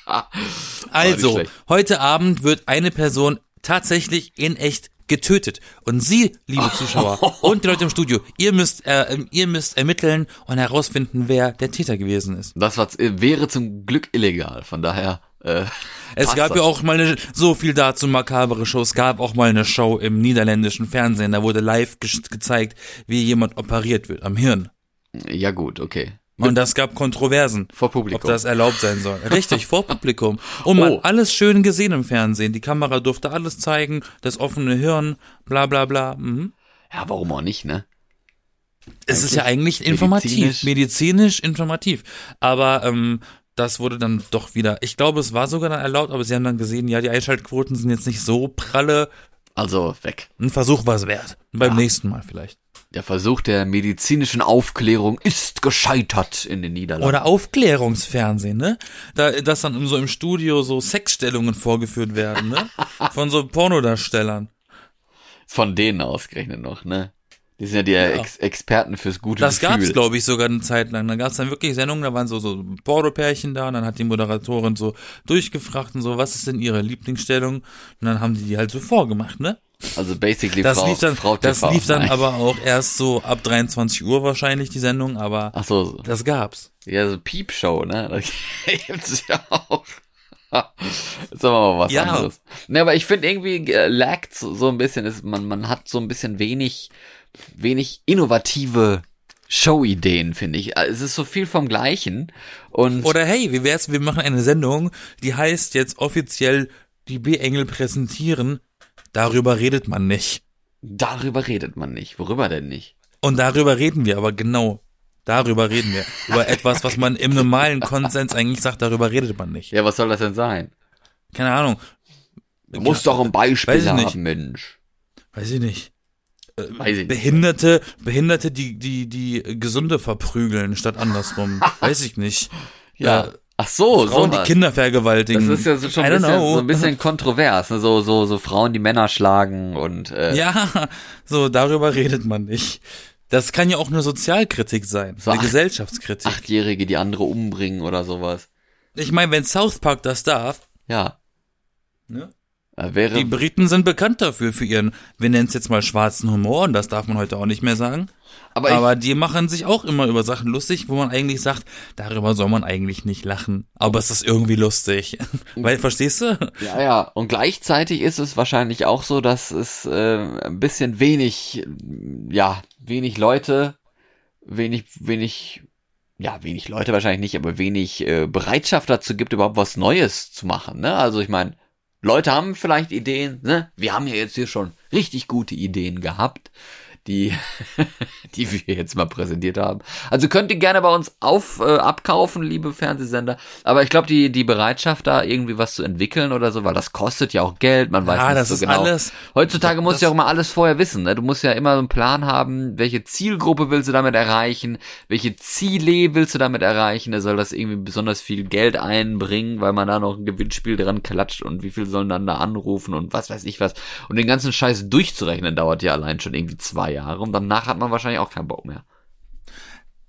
Also, schlecht. heute Abend wird eine Person tatsächlich in echt getötet. Und Sie, liebe Zuschauer und die Leute im Studio, ihr müsst, äh, ihr müsst ermitteln und herausfinden, wer der Täter gewesen ist. Das war, wäre zum Glück illegal, von daher. Äh, Es passt gab das. ja auch mal eine, so viel dazu makabere Shows, es gab auch mal eine Show im niederländischen Fernsehen, da wurde live ge- gezeigt, wie jemand operiert wird am Hirn. Ja gut, okay. Und das gab Kontroversen, Vor Publikum. ob das erlaubt sein soll. Richtig, vor Publikum. Und man Oh. alles schön gesehen im Fernsehen. Die Kamera durfte alles zeigen, das offene Hirn, bla bla bla. Mhm. Ja, warum auch nicht, ne? Es ist ja eigentlich informativ, medizinisch- medizinisch informativ. Aber ähm, das wurde dann doch wieder, ich glaube, es war sogar dann erlaubt, aber sie haben dann gesehen, ja, die Einschaltquoten sind jetzt nicht so pralle. Also weg. Ein Versuch war es wert. Beim Ja. nächsten Mal vielleicht. Der Versuch der medizinischen Aufklärung ist gescheitert in den Niederlanden. Oder Aufklärungsfernsehen, ne? Da, dass dann so im Studio so Sexstellungen vorgeführt werden, ne? Von so Pornodarstellern. Von denen ausgerechnet noch, ne? Die sind ja die Ex Experten fürs gute Das Gefühl. gab's, glaube ich, sogar eine Zeit lang. Da gab's dann wirklich Sendungen, da waren so, so Porno-Pärchen da und dann hat die Moderatorin so durchgefragt und so, was ist denn ihre Lieblingsstellung? Und dann haben die die halt so vorgemacht, ne? Also basically Das Frau, lief dann, Frau das T V. lief dann Nein. aber auch erst so ab dreiundzwanzig Uhr wahrscheinlich, die Sendung, aber Ach so, so. das gab's. Ja, so Piepshow, ne? Das gibt's ja auch. Ist aber mal was Ja. anderes. Ne, aber ich finde irgendwie äh, laggt so, so ein bisschen, ist, man, man hat so ein bisschen wenig, wenig innovative Show-Ideen, finde ich. Es ist so viel vom Gleichen. Und Oder hey, wie wär's, wir machen eine Sendung, die heißt jetzt offiziell die B-Engel präsentieren, darüber redet man nicht. darüber redet man nicht. Worüber denn nicht? Und darüber reden wir, aber genau, darüber reden wir. Über etwas, was man im normalen Konsens eigentlich sagt, darüber redet man nicht. Ja, was soll das denn sein? Keine Ahnung. Du musst doch ein Beispiel Weiß ich haben, nicht. Mensch. Weiß ich nicht. Weiß ich nicht. Behinderte, Behinderte, die, die, die Gesunde verprügeln, statt andersrum. Weiß ich nicht. Ja. Äh, Ach so, Frauen, so die Kinder vergewaltigen. Das ist ja so schon I ein don't bisschen, know. so ein bisschen kontrovers, ne? So, so, so Frauen, die Männer schlagen und äh, Ja, so, darüber redet man nicht. Das kann ja auch eine Sozialkritik sein, So eine acht- Gesellschaftskritik. Achtjährige, die andere umbringen oder sowas. Ich meine, wenn South Park das darf, Ja. ne? Äh, wäre Die Briten sind bekannt dafür, für ihren, wir nennen es jetzt mal schwarzen Humor, und das darf man heute auch nicht mehr sagen. aber, ich, Aber die machen sich auch immer über Sachen lustig, wo man eigentlich sagt, darüber soll man eigentlich nicht lachen. Aber es ist irgendwie lustig. Weil, verstehst du? ja, ja. Und gleichzeitig ist es wahrscheinlich auch so, dass es äh, ein bisschen wenig, ja, wenig Leute, wenig, wenig, ja, wenig Leute wahrscheinlich nicht, aber wenig äh, Bereitschaft dazu gibt, überhaupt was Neues zu machen, ne? Also ich meine, Leute haben vielleicht Ideen, ne? Wir haben ja jetzt hier schon richtig gute Ideen gehabt, die, die wir jetzt mal präsentiert haben. Also könnt ihr gerne bei uns auf, äh, abkaufen, liebe Fernsehsender. Aber ich glaube, die, die Bereitschaft, da irgendwie was zu entwickeln oder so, weil das kostet ja auch Geld, man weiß Ja, nicht das so ist genau. alles- Heutzutage musst das- du ja auch mal alles vorher wissen, ne? Du musst ja immer so einen Plan haben, welche Zielgruppe willst du damit erreichen, welche Ziele willst du damit erreichen, da soll das irgendwie besonders viel Geld einbringen, weil man da noch ein Gewinnspiel dran klatscht und wie viel sollen dann da anrufen und was weiß ich was. Und den ganzen Scheiß durchzurechnen dauert ja allein schon irgendwie zwei Jahre und danach hat man wahrscheinlich auch keinen Bock mehr.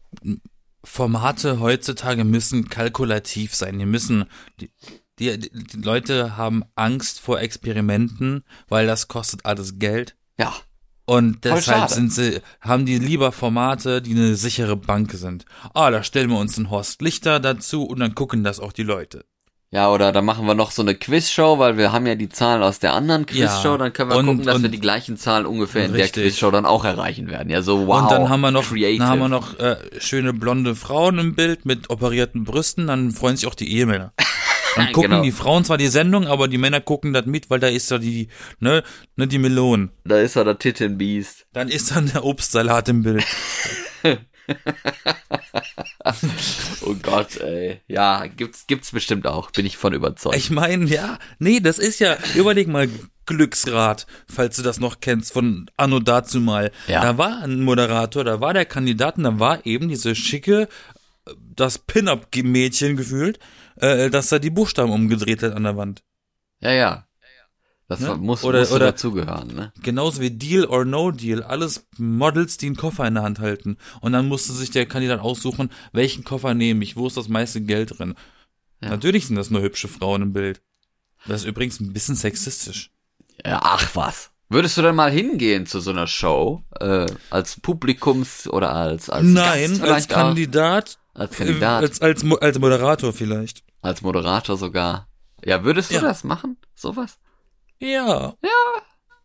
Formate heutzutage müssen kalkulativ sein. Die müssen, die, die, die Leute haben Angst vor Experimenten, weil das kostet alles Geld. Ja. Und Voll deshalb schade. sind sie, haben die lieber Formate, die eine sichere Bank sind. Ah, da stellen wir uns einen Horst Lichter dazu und dann gucken das auch die Leute. Ja, oder dann machen wir noch so eine Quizshow, weil wir haben ja die Zahlen aus der anderen Quizshow, Ja. dann können wir Und- gucken, dass und- wir die gleichen Zahlen ungefähr in Richtig. der Quizshow dann auch erreichen werden. Ja, so wow. Und dann haben wir noch, creative. dann haben wir noch äh, schöne blonde Frauen im Bild mit operierten Brüsten, dann freuen sich auch die Ehemänner. Dann gucken Genau. die Frauen zwar die Sendung, aber die Männer gucken das mit, weil da ist ja die, ne, ne, die Melonen. Da ist ja der Tittenbeast. Dann ist dann der Obstsalat im Bild. Oh Gott, ey. Ja, gibt's, gibt's bestimmt auch, bin ich von überzeugt. Ich meine, ja, nee, das ist ja, überleg mal, Glücksrad, falls du das noch kennst, von Anno dazu mal. Ja. Da war ein Moderator, da war der Kandidat und da war eben diese schicke, das Pin-Up-Mädchen gefühlt, äh, dass er die Buchstaben umgedreht hat an der Wand. Ja, ja. Das Ne? war- muss, Oder- musste oder- dazugehören, ne? Genauso wie Deal or No Deal, alles Models, die einen Koffer in der Hand halten. Und dann musste sich der Kandidat aussuchen, welchen Koffer nehme ich, wo ist das meiste Geld drin. Ja. Natürlich sind das nur hübsche Frauen im Bild. Das ist übrigens ein bisschen sexistisch. Ja, ach was. Würdest du denn mal hingehen zu so einer Show, äh, als Publikums- oder als, als Nein, Gast als vielleicht auch? Kandidat, Als äh, Kandidat, als, als, Mo- als Moderator vielleicht. als Moderator sogar. Ja, würdest du Ja. das machen? Sowas? Ja. Ja.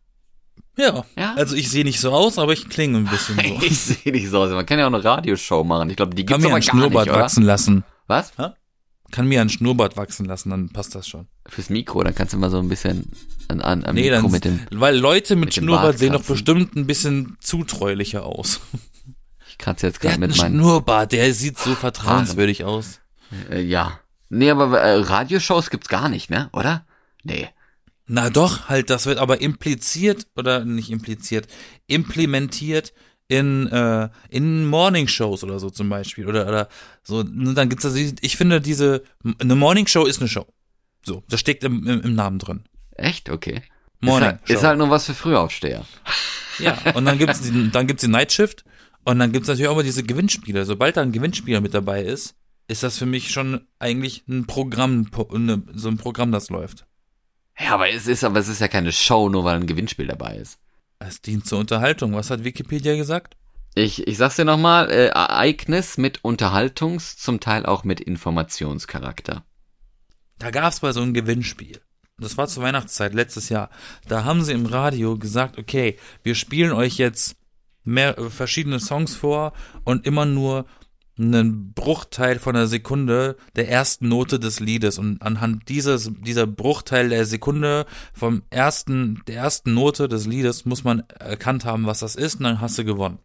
Ja. Ja? Also ich sehe nicht so aus, aber ich klinge ein bisschen so. Ich sehe nicht so aus. Man kann ja auch eine Radioshow machen. Ich glaube, die Kann gibt's mir aber ein gar Schnurrbart nicht, oder? wachsen lassen. Was? Kann mir ein Schnurrbart wachsen lassen, dann passt das schon. Fürs Mikro, dann kannst du mal so ein bisschen an, an, am Nee, Mikro dann, mit dem, weil Leute mit, mit dem Schnurrbart Bart sehen doch kratzen. bestimmt ein bisschen zutreulicher aus. ich kratze jetzt Der gerade hat mit einen meinen, Schnurrbart, der sieht so vertrauenswürdig aus. äh, ja. Nee, aber äh, Radioshows gibt's gar nicht, ne? Oder? Nee. Na doch, halt, das wird aber impliziert, oder nicht impliziert, implementiert in, äh, in Morningshows oder so zum Beispiel, oder, oder so, und dann gibt's da, die- ich finde diese, eine Morningshow ist eine Show. So, das steckt im, im, im Namen drin. Echt? Okay. Morning Ist halt, ist halt nur was für Frühaufsteher. Ja, und dann gibt's die, dann gibt's die Nightshift und dann gibt's natürlich auch immer diese Gewinnspiele. Sobald da ein Gewinnspieler mit dabei ist, ist das für mich schon eigentlich ein Programm, eine, so ein Programm, das läuft. Ja, aber es ist, aber es ist ja keine Show, nur weil ein Gewinnspiel dabei ist. Es dient zur Unterhaltung. Was hat Wikipedia gesagt? Ich, ich sag's dir nochmal, äh, Ereignis mit Unterhaltungs-, zum Teil auch mit Informationscharakter. Da gab's mal so ein Gewinnspiel. Das war zur Weihnachtszeit letztes Jahr. Da haben sie im Radio gesagt, okay, wir spielen euch jetzt mehr äh, verschiedene Songs vor und immer nur einen Bruchteil von einer Sekunde der ersten Note des Liedes, und anhand dieses dieser Bruchteil der Sekunde vom ersten der ersten Note des Liedes muss man erkannt haben, was das ist, und dann hast du gewonnen.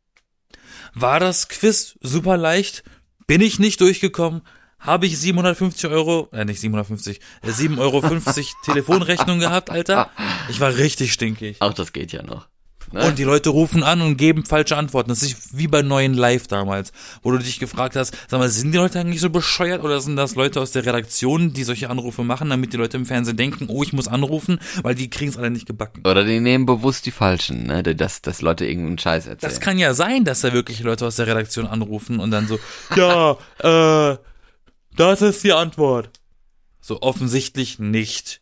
War das Quiz super leicht? Bin ich nicht durchgekommen? Habe ich siebenhundertfünfzig Euro, äh nicht siebenhundertfünfzig, äh, sieben Euro fünfzig Telefonrechnung gehabt, Alter? Ich war richtig stinkig. Auch das geht ja noch. Ne? Und die Leute rufen an und geben falsche Antworten. Das ist wie bei Neuen Live damals, wo du dich gefragt hast, sag mal, sind die Leute eigentlich so bescheuert oder sind das Leute aus der Redaktion, die solche Anrufe machen, damit die Leute im Fernsehen denken, oh, ich muss anrufen, weil die kriegen es alle nicht gebacken. Oder die nehmen bewusst die Falschen, ne? Dass, dass Leute irgendeinen Scheiß erzählen. Das kann ja sein, dass da wirklich Leute aus der Redaktion anrufen und dann so, ja, äh, das ist die Antwort. So offensichtlich nicht.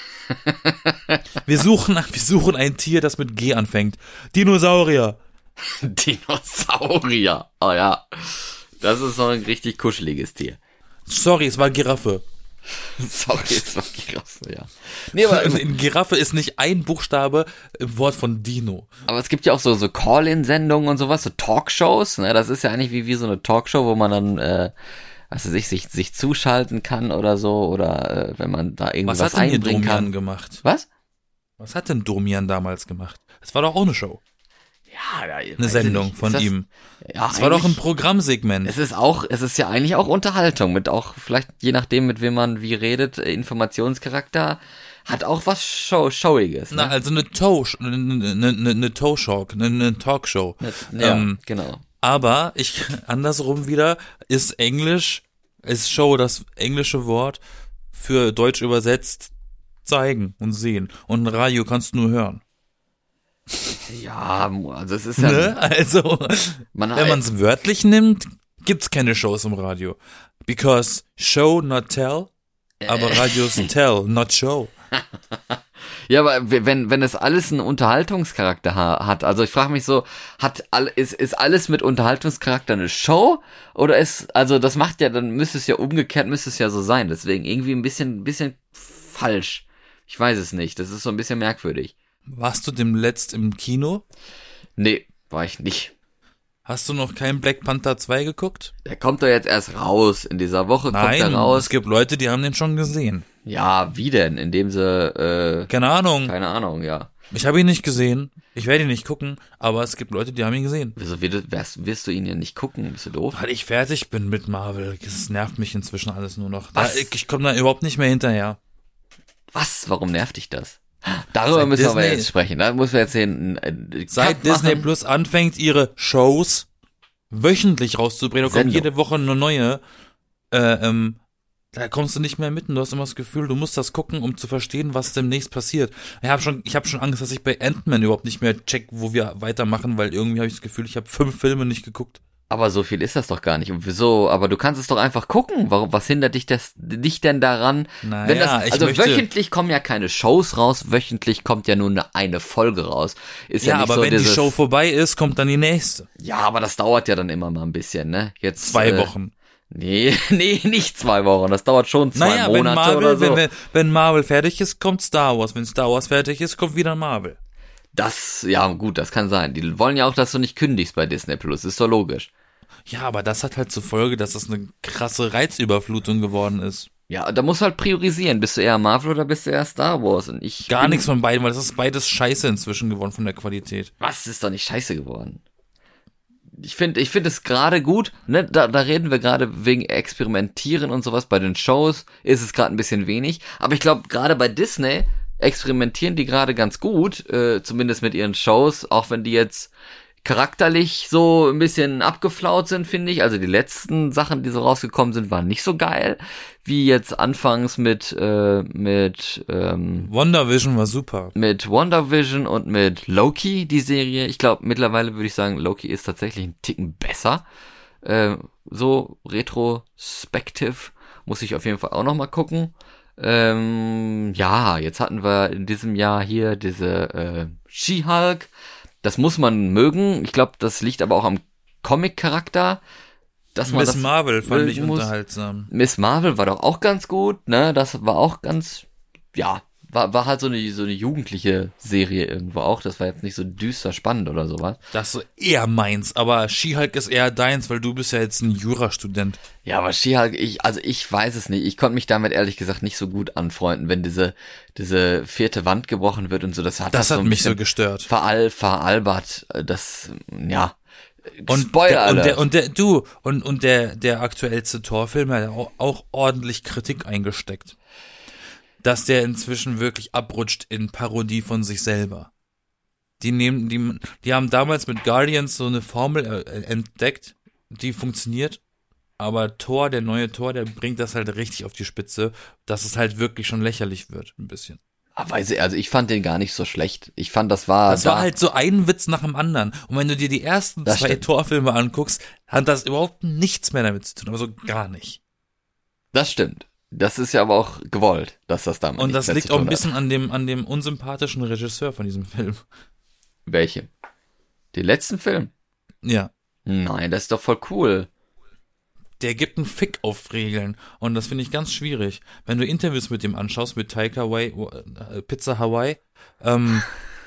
Wir suchen, wir suchen ein Tier, das mit G anfängt. Dinosaurier. Dinosaurier. Oh ja. Das ist so ein richtig kuscheliges Tier. Sorry, es war Giraffe. Sorry, es war Giraffe, ja. Nee, aber, In Giraffe ist nicht ein Buchstabe im Wort von Dino. aber es gibt ja auch so, so Call-In-Sendungen und sowas, so Talkshows, ne? Das ist ja eigentlich wie, wie so eine Talkshow, wo man dann, äh, was weiß ich, sich, sich zuschalten kann oder so, oder äh, wenn man da Was irgendwas hat denn hier einbringen Domian kann. gemacht? Was? Was hat denn Domian damals gemacht? Das war doch auch eine Show. Ja, ja Eine Sendung von das, ihm. Ja, Das war doch ein eigentlich- Programmsegment. Es ist auch, es ist ja eigentlich auch Unterhaltung, mit auch, vielleicht je nachdem, mit wem man wie redet, äh, Informationscharakter, hat auch was Show, Showiges, Na, ne? also eine Tow, eine, eine, eine, eine Tow-Show, eine, eine Talkshow. Ja, ähm, genau. Aber ich, andersrum wieder, ist Englisch, ist Show das englische Wort für Deutsch übersetzt zeigen und sehen. Und Radio kannst du nur hören. Ja, also es ist ja, Ne? Also, man, wenn man es wörtlich nimmt, gibt's keine Shows im Radio. Because show, not tell, aber Radios tell, not show. ja, aber wenn wenn es alles einen Unterhaltungscharakter ha- hat, also ich frage mich so, hat all, ist ist alles mit Unterhaltungscharakter eine Show oder ist, also das macht ja, dann müsste es ja umgekehrt, müsste es ja so sein, deswegen irgendwie ein bisschen bisschen falsch. Ich weiß es nicht, das ist so ein bisschen merkwürdig. Warst du dem letzt im Kino? Nee, war ich nicht. Hast du noch kein Black Panther zwei geguckt? Der kommt doch jetzt erst raus, in dieser Woche Nein, kommt er raus. es gibt Leute, die haben den schon gesehen. Ja, wie denn? Indem sie, äh, Keine Ahnung. keine Ahnung, ja. Ich habe ihn nicht gesehen. Ich werde ihn nicht gucken, aber es gibt Leute, die haben ihn gesehen. Wieso wirst, wirst, wirst du ihn ja nicht gucken? Bist du doof? Weil ich fertig bin mit Marvel. Es nervt mich inzwischen alles nur noch. Da, Was? ich ich komme da überhaupt nicht mehr hinterher. Was? Warum nervt dich das? Darüber Seit müssen wir aber Disney- jetzt sprechen. Da muss wir jetzt den äh, Seit Cut Disney machen. Plus anfängt, ihre Shows wöchentlich rauszubringen, da kommt Sendung. jede Woche eine neue, äh, ähm, da kommst du nicht mehr mitten. Du hast immer das Gefühl, du musst das gucken, um zu verstehen, was demnächst passiert. Ich habe schon, ich habe schon Angst, dass ich bei Ant-Man überhaupt nicht mehr check, wo wir weitermachen, weil irgendwie habe ich das Gefühl, ich habe fünf Filme nicht geguckt. Aber so viel ist das doch gar nicht. Und wieso? Aber du kannst es doch einfach gucken. Warum? Was hindert dich das dich denn daran? Naja, Wenn das, ich also möchte- wöchentlich kommen ja keine Shows raus. Wöchentlich kommt ja nur eine, eine Folge raus. Ist ja, Ja, nicht aber so wenn dieses, die Show vorbei ist, kommt dann die nächste. Ja, aber das dauert ja dann immer mal ein bisschen, ne? Jetzt Zwei äh, Wochen. Nee, nee, nicht zwei Wochen. Das dauert schon zwei Naja, wenn Monate Marvel, oder so. wenn, wenn, wenn Marvel fertig ist, kommt Star Wars. Wenn Star Wars fertig ist, kommt wieder Marvel. Das, ja gut, das kann sein. Die wollen ja auch, dass du nicht kündigst bei Disney Plus. Ist doch logisch. Ja, aber das hat halt zur Folge, dass das eine krasse Reizüberflutung geworden ist. Ja, da musst du halt priorisieren. Bist du eher Marvel oder bist du eher Star Wars? Und ich Gar bin, nichts von beiden, weil das ist beides scheiße inzwischen geworden von der Qualität. Was ist doch nicht scheiße geworden? Ich finde, ich finde es gerade gut, ne, da, da reden wir gerade wegen Experimentieren und sowas. Bei den Shows ist es gerade ein bisschen wenig. Aber ich glaube, gerade bei Disney experimentieren die gerade ganz gut, äh, zumindest mit ihren Shows, auch wenn die jetzt charakterlich so ein bisschen abgeflaut sind, finde ich. Also die letzten Sachen, die so rausgekommen sind, waren nicht so geil, wie jetzt anfangs mit, äh, mit, ähm, WandaVision war super. mit WandaVision und mit Loki, die Serie. Ich glaube, mittlerweile würde ich sagen, Loki ist tatsächlich ein Ticken besser. Äh, so retrospective muss ich auf jeden Fall auch noch mal gucken. Ähm, ja, jetzt hatten wir in diesem Jahr hier diese äh, She-Hulk. Das muss man mögen. Ich glaube, das liegt aber auch am Comic-Charakter, dass man Miss das Marvel fand ich mögen muss. unterhaltsam. Miss Marvel war doch auch ganz gut, ne? Das war auch ganz, ja, war, war halt so eine, so eine jugendliche Serie irgendwo auch. Das war jetzt nicht so düster spannend oder sowas. Das ist eher meins, aber She-Hulk ist eher deins, weil du bist ja jetzt ein Jurastudent. Ja, aber She-Hulk, ich, also ich weiß es nicht. Ich konnte mich damit ehrlich gesagt nicht so gut anfreunden, wenn diese, diese vierte Wand gebrochen wird und so. Das hat, Das so hat ein mich so bisschen gestört. veral, veralbert. Das, ja. Und Spoiler der, und Alert. der, und der, du, und, und der, der aktuellste Torfilm hat auch, auch ordentlich Kritik eingesteckt. Dass der inzwischen wirklich abrutscht in Parodie von sich selber. Die nehmen, die, die haben damals mit Guardians so eine Formel äh, entdeckt, die funktioniert, aber Thor, der neue Thor, der bringt das halt richtig auf die Spitze, dass es halt wirklich schon lächerlich wird, ein bisschen. Ah, weiß ich, also ich fand den gar nicht so schlecht. Ich fand, das war Das da, war halt so ein Witz nach dem anderen. Und wenn du dir die ersten Das zwei stimmt. Torfilme anguckst, hat das überhaupt nichts mehr damit zu tun, also gar nicht. das stimmt. Das ist ja aber auch gewollt, dass das damit Und nichts das mehr liegt zu auch tun ein hat. bisschen an dem, an dem unsympathischen Regisseur von diesem Film. Welche? Den letzten Film? Ja. Nein, das ist doch voll cool. Der gibt einen Fick auf Regeln. Und das finde ich ganz schwierig. Wenn du Interviews mit dem anschaust, mit Taika Wai, äh, Pizza Hawaii, ähm,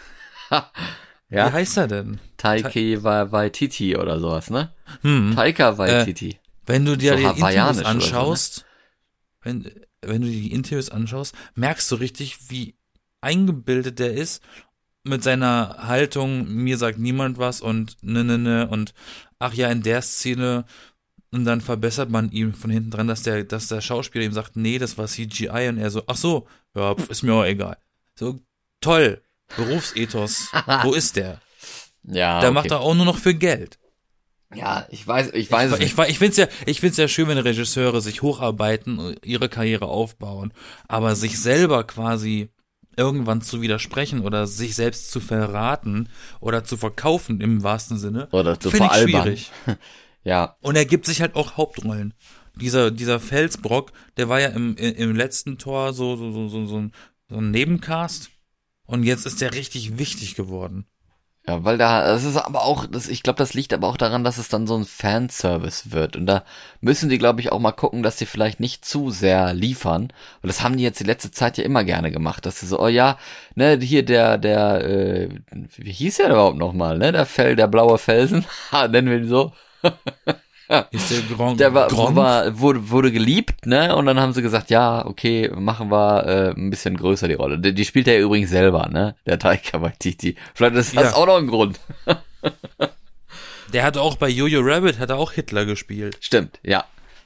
wie Ja, heißt er denn? Taiki Wa- Waititi oder sowas, ne? Hm. Taika Waititi. Wenn du dir So die hawaiianisch Interviews oder so, ne? anschaust, wenn, wenn du dir die Interviews anschaust, merkst du richtig, wie eingebildet der ist mit seiner Haltung, mir sagt niemand was und ne, ne, ne und ach ja, in der Szene und dann verbessert man ihm von hinten dran, dass der, dass der Schauspieler ihm sagt, nee, das war C G I und er so, ach so, ja, pf, ist mir auch egal. So, toll, Berufsethos, wo ist der? Ja, Der okay. macht er auch nur noch für Geld. Ja, ich weiß, ich weiß es Ich, nicht. ich, ich find's ja, ich find's ja schön, wenn Regisseure sich hocharbeiten, ihre Karriere aufbauen, aber sich selber quasi irgendwann zu widersprechen oder sich selbst zu verraten oder zu verkaufen im wahrsten Sinne, Oder zu finde ich veralbern. schwierig. Ja, Und er gibt sich halt auch Hauptrollen. Dieser, dieser Felsbrock, der war ja im, im letzten Tor so, so, so, so, so ein, so ein Nebencast. Und jetzt ist der richtig wichtig geworden. ja, weil da, das ist aber auch, das, ich glaube, das liegt aber auch daran, dass es dann so ein Fanservice wird. Und da müssen die, glaube ich, auch mal gucken, dass sie vielleicht nicht zu sehr liefern. Und das haben die jetzt die letzte Zeit ja immer gerne gemacht, dass sie so, oh ja, ne, hier der, der, äh, wie hieß der überhaupt nochmal, ne, der Fell, der blaue Felsen, nennen wir ihn so. Ist der Gronk? Der war, Gronk? war wurde, wurde geliebt, ne? Und dann haben sie gesagt, ja, okay, machen wir äh, ein bisschen größer die Rolle. Die, die spielt er übrigens selber, ne? Der Taika Waititi. Vielleicht ist das Ja. auch noch ein Grund. Der hat auch bei Jojo Rabbit, hat er auch Hitler gespielt. Stimmt, ja.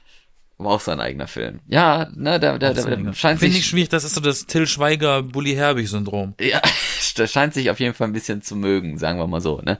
War auch sein eigener Film. Ja, ne, der, der, der, der scheint Finde ich sich, schwierig, das ist so das Till Schweiger, Bully Herbig-Syndrom. ja, der scheint sich auf jeden Fall ein bisschen zu mögen, sagen wir mal so, ne?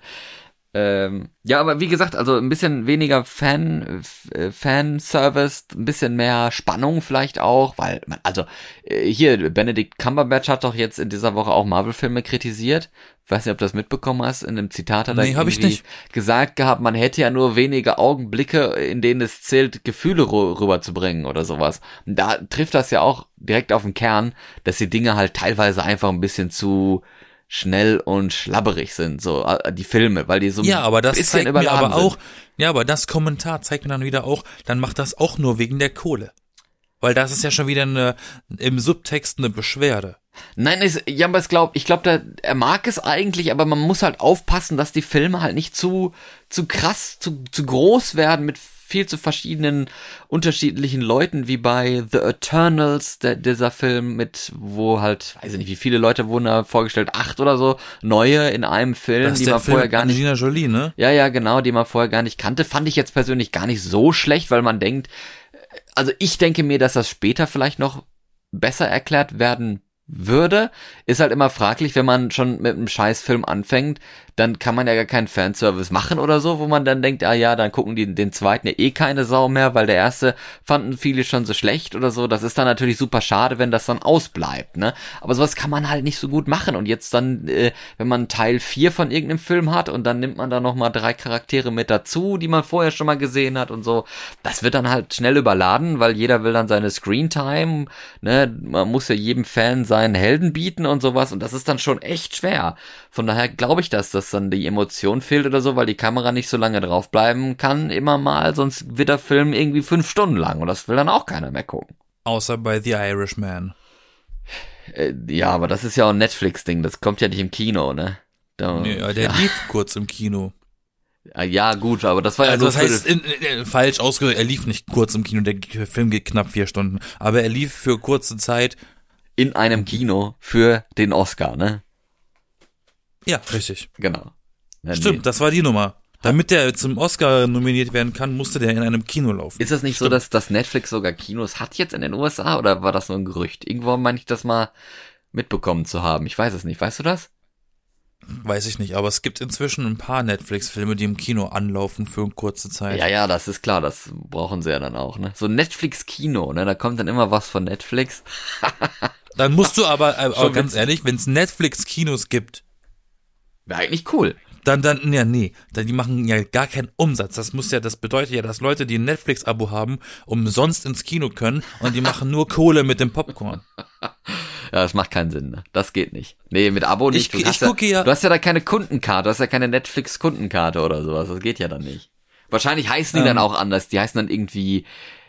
Ähm, ja, aber wie gesagt, also ein bisschen weniger Fan, äh, Fanservice, ein bisschen mehr Spannung vielleicht auch, weil, man, also äh, hier, Benedict Cumberbatch hat doch jetzt in dieser Woche auch Marvel-Filme kritisiert. Ich weiß nicht, ob du das mitbekommen hast, in einem Zitat hat er Nee, hab ich irgendwie nicht. gesagt gehabt, man hätte ja nur wenige Augenblicke, in denen es zählt, Gefühle rü- rüberzubringen oder sowas. Und da trifft das ja auch direkt auf den Kern, dass die Dinge halt teilweise einfach ein bisschen zu schnell und schlabberig sind, so äh, die Filme, weil die so Ja, aber das bisschen zeigt mir überladen aber auch, sind. ja, aber das Kommentar zeigt mir dann wieder auch, dann macht das auch nur wegen der Kohle. Weil das ist ja schon wieder eine, im Subtext eine Beschwerde. Nein, ist, ja, aber ich glaube, ich glaube, er mag es eigentlich, aber man muss halt aufpassen, dass die Filme halt nicht zu zu krass, zu zu groß werden mit viel zu verschiedenen unterschiedlichen Leuten, wie bei The Eternals, der, dieser Film mit, wo halt, weiß ich nicht, wie viele Leute wurden da vorgestellt, acht oder so, neue in einem Film, Das ist die der man Film vorher gar nicht, Angelina Jolie, ne? ja, ja, genau, die man vorher gar nicht kannte, fand ich jetzt persönlich gar nicht so schlecht, weil man denkt, also ich denke mir, dass das später vielleicht noch besser erklärt werden würde, ist halt immer fraglich, wenn man schon mit einem Scheißfilm anfängt, dann kann man ja gar keinen Fanservice machen oder so, wo man dann denkt, ah ja, dann gucken die den zweiten ja eh keine Sau mehr, weil der erste fanden viele schon so schlecht oder so. Das ist dann natürlich super schade, wenn das dann ausbleibt, ne? Aber sowas kann man halt nicht so gut machen. Und jetzt dann, äh, wenn man Teil vier von irgendeinem Film hat und dann nimmt man da nochmal drei Charaktere mit dazu, die man vorher schon mal gesehen hat und so, das wird dann halt schnell überladen, weil jeder will dann seine Screentime, ne? Man muss ja jedem Fan seinen Helden bieten und sowas und das ist dann schon echt schwer. Von daher glaube ich, dass das dann die Emotion fehlt oder so, weil die Kamera nicht so lange draufbleiben kann, immer mal, sonst wird der Film irgendwie fünf Stunden lang und das will dann auch keiner mehr gucken. Außer bei The Irishman. Äh, ja, aber das ist ja auch ein Netflix-Ding, das kommt ja nicht im Kino, ne? Da, Nee, der ja. lief kurz im Kino. ja, gut, aber das war ja Also nur das für heißt, in, in, falsch ausgedrückt, er lief nicht kurz im Kino, der Film geht knapp vier Stunden, aber er lief für kurze Zeit. in einem Kino für den Oscar, ne? Ja, richtig. Genau. Ja, Stimmt, nee. das war die Nummer. Damit der zum Oscar nominiert werden kann, musste der in einem Kino laufen. Ist das nicht so, dass, dass Netflix sogar Kinos hat jetzt in den U S A oder war das nur ein Gerücht? Irgendwo meine ich das mal mitbekommen zu haben. Ich weiß es nicht. Weißt du das? Weiß ich nicht, aber es gibt inzwischen ein paar Netflix-Filme, die im Kino anlaufen für eine kurze Zeit. Ja, ja, das ist klar. Das brauchen sie ja dann auch, ne? So Netflix-Kino, ne? Da kommt dann immer was von Netflix. Dann musst du aber, aber Schon ganz witzig. ehrlich, wenn es Netflix-Kinos gibt, Wäre eigentlich cool. dann, dann, ja, nee, dann, die machen ja gar keinen Umsatz. Das muss ja, das bedeutet ja, dass Leute, die ein Netflix-Abo haben, umsonst ins Kino können und die machen nur Kohle mit dem Popcorn. Ja, das macht keinen Sinn, ne? Das geht nicht. Nee, mit Abo nicht. Ich- Du hast ich gucke ja- Du hast ja da keine Kundenkarte, du hast ja keine Netflix-Kundenkarte oder sowas. Das geht ja dann nicht. Wahrscheinlich heißen die Ähm. dann auch anders. Die heißen dann irgendwie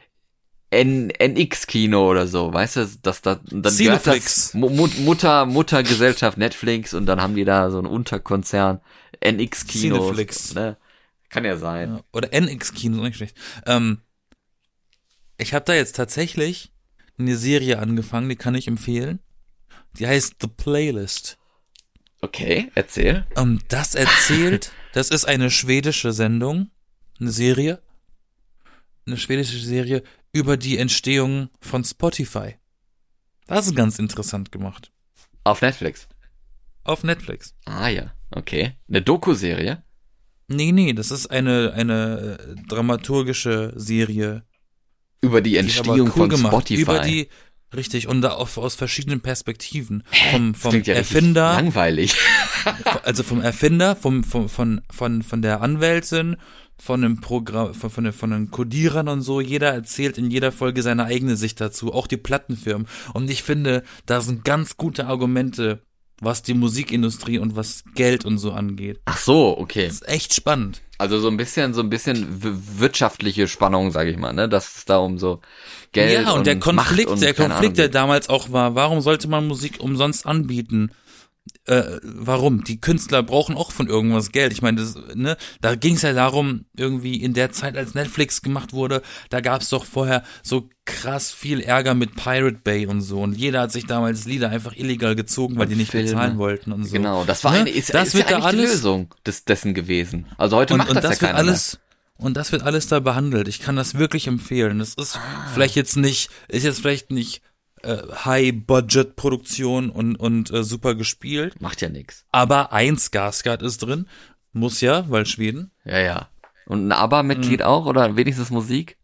N NX-Kino oder so, weißt du? Das, das, und dann gehört Cineflix. das Mu- Mut- Mutter, Muttergesellschaft Netflix und dann haben die da so einen Unterkonzern N X-Kino. Cineflix. Ne? Kann ja sein. Ja, oder N X-Kino, nicht schlecht. Ähm, ich habe da jetzt tatsächlich eine Serie angefangen, die kann ich empfehlen. Die heißt The Playlist. Okay, erzähl. Ähm, das erzählt, das ist eine schwedische Sendung, eine Serie, eine schwedische Serie über die Entstehung von Spotify. Das ist ganz interessant gemacht. Auf Netflix. Auf Netflix. Ah ja, okay. Eine Doku-Serie. Nee, nee, das ist eine, eine äh, dramaturgische Serie. Über die Die ist aber Entstehung cool von gemacht. Spotify. Über die, Richtig, und da auf, aus verschiedenen Perspektiven. Vom, Das vom klingt ja Erfinder, richtig langweilig. also vom Erfinder, vom, vom, von, von, von der Anwältin, von dem Programm, von, von, den, von den Codierern und so. Jeder erzählt in jeder Folge seine eigene Sicht dazu, auch die Plattenfirmen. Und ich finde, da sind ganz gute Argumente, was die Musikindustrie und was Geld und so angeht. Ach so, okay. Das ist echt spannend. Also so ein bisschen, so ein bisschen w- wirtschaftliche Spannung, sage ich mal, ne, dass es da um so Geld Ja, und, und der Konflikt, Macht und der keine Konflikt, Ahnung der geht. damals auch war, warum sollte man Musik umsonst anbieten? Äh, warum? Die Künstler brauchen auch von irgendwas Geld. Ich meine, das, ne, da ging es ja darum, irgendwie in der Zeit, als Netflix gemacht wurde, da gab es doch vorher so krass viel Ärger mit Pirate Bay und so. Und jeder hat sich damals Lieder einfach illegal gezogen, weil Und die nicht Filme. bezahlen wollten und so. Genau, das war Ne? eine, ist, das ist wird ja da eigentlich die alles, Lösung des, dessen gewesen. Also heute und, macht und das, das ja wird keiner alles und das wird alles da behandelt. Ich kann das wirklich empfehlen. Das ist vielleicht jetzt nicht, ist jetzt vielleicht nicht äh, High-Budget-Produktion und und äh, super gespielt, mehr. Macht ja nix. aber ein Skarsgård ist drin, muss ja, weil Schweden. Ja, ja. Und ein ABBA-Mitglied Mhm. auch oder wenigstens Musik?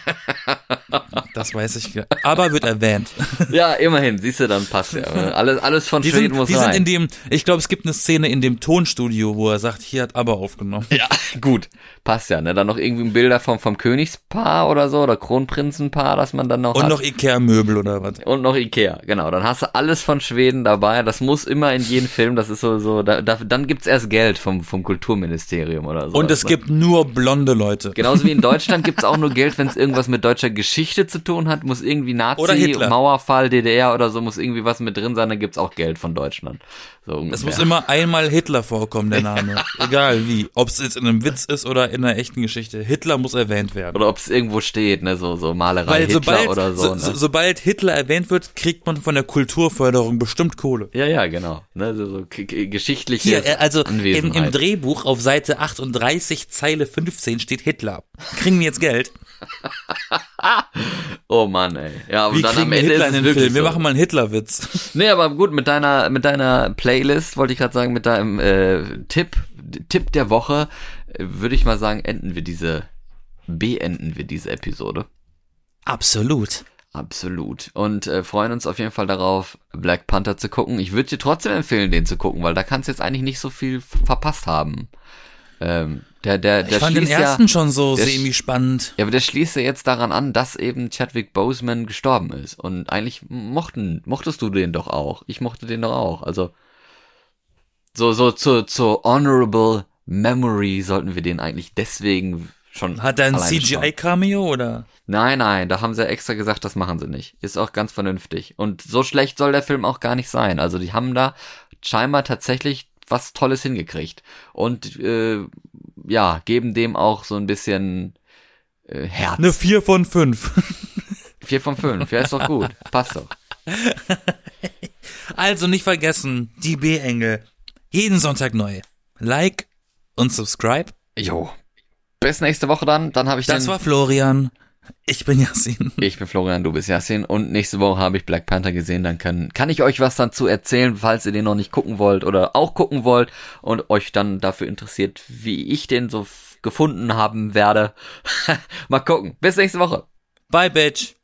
Das weiß ich. ge- Aber wird erwähnt. Ja, immerhin, siehst du, dann passt ja. Alles, alles von Die Schweden sind, muss die rein. sind in dem, ich glaube, es gibt eine Szene in dem Tonstudio, wo er sagt, hier hat ABBA aufgenommen. Ja, gut, passt ja, ne? Dann noch irgendwie Bilder vom, vom Königspaar oder so, oder Kronprinzenpaar, das man dann noch Und hat. noch Ikea-Möbel oder was. Und noch Ikea, genau. Dann hast du alles von Schweden dabei. Das muss immer in jedem Film, das ist so, so, da, da, dann gibt's erst Geld vom, vom Kulturministerium oder so. Und es gibt nur blonde Leute. Genauso wie in Deutschland gibt's auch nur Geld, wenn es irgendwas mit deutscher Geschichte zu tun hat, muss irgendwie Oder Nazi, Hitler. Mauerfall, D D R oder so, muss irgendwie was mit drin sein, dann gibt's auch Geld von Deutschland. So Es ungefähr. muss immer einmal Hitler vorkommen, der Name. Egal wie. Ob es jetzt in einem Witz ist oder in einer echten Geschichte. Hitler muss erwähnt werden. Oder ob es irgendwo steht, ne, so, so Malerei Weil Hitler sobald, oder so, so, ne? so, sobald Hitler erwähnt wird, kriegt man von der Kulturförderung bestimmt Kohle. Ja, ja, genau. Ne, so, so k- k- geschichtliche Hier, äh, also im, Anwesenheit. im Drehbuch auf Seite achtunddreißig, Zeile fünfzehn steht Hitler. Kriegen wir jetzt Geld? Oh Mann, ey. Ja, und Wie dann kriegen am wir Ende Hitler ist in es den wirklich Film? Wir so. machen mal einen Hitlerwitz. Nee, aber gut, mit deiner, mit deiner Playlist, wollte ich gerade sagen, mit deinem äh, Tipp, Tipp der Woche, äh, würde ich mal sagen, enden wir diese, beenden wir diese Episode. Absolut. Absolut. Und äh, freuen uns auf jeden Fall darauf, Black Panther zu gucken. Ich würde dir trotzdem empfehlen, den zu gucken, weil da kannst du jetzt eigentlich nicht so viel f- verpasst haben. Ähm, der, der, der Ich fand den schließt ersten ja, schon so der sch- semi-spannend. ja, aber der schließt ja jetzt daran an, dass eben Chadwick Boseman gestorben ist. Und eigentlich mochten, mochtest du den doch auch. Ich mochte den doch auch. Also, so, so, zur, zur Honorable Memory sollten wir den eigentlich deswegen schon. Hat er ein alleine C G schauen. I-Cameo oder? Nein, nein, da haben sie extra gesagt, das machen sie nicht. Ist auch ganz vernünftig. Und so schlecht soll der Film auch gar nicht sein. Also die haben da scheinbar tatsächlich was Tolles hingekriegt. Und äh, ja, geben dem auch so ein bisschen äh, Herz. Eine vier von fünf. Vier von fünf, ja, ist doch gut. Passt doch. Also nicht vergessen, die B-Engel. Jeden Sonntag neu. Like und subscribe. Jo. Bis nächste Woche dann. Dann habe ich Das den... war Florian. Ich bin Yassin. Ich bin Florian, du bist Yassin. Und nächste Woche habe ich Black Panther gesehen. Dann kann, kann ich euch was dazu erzählen, falls ihr den noch nicht gucken wollt oder auch gucken wollt und euch dann dafür interessiert, wie ich den so f- gefunden haben werde. Mal gucken. Bis nächste Woche. Bye, Bitch.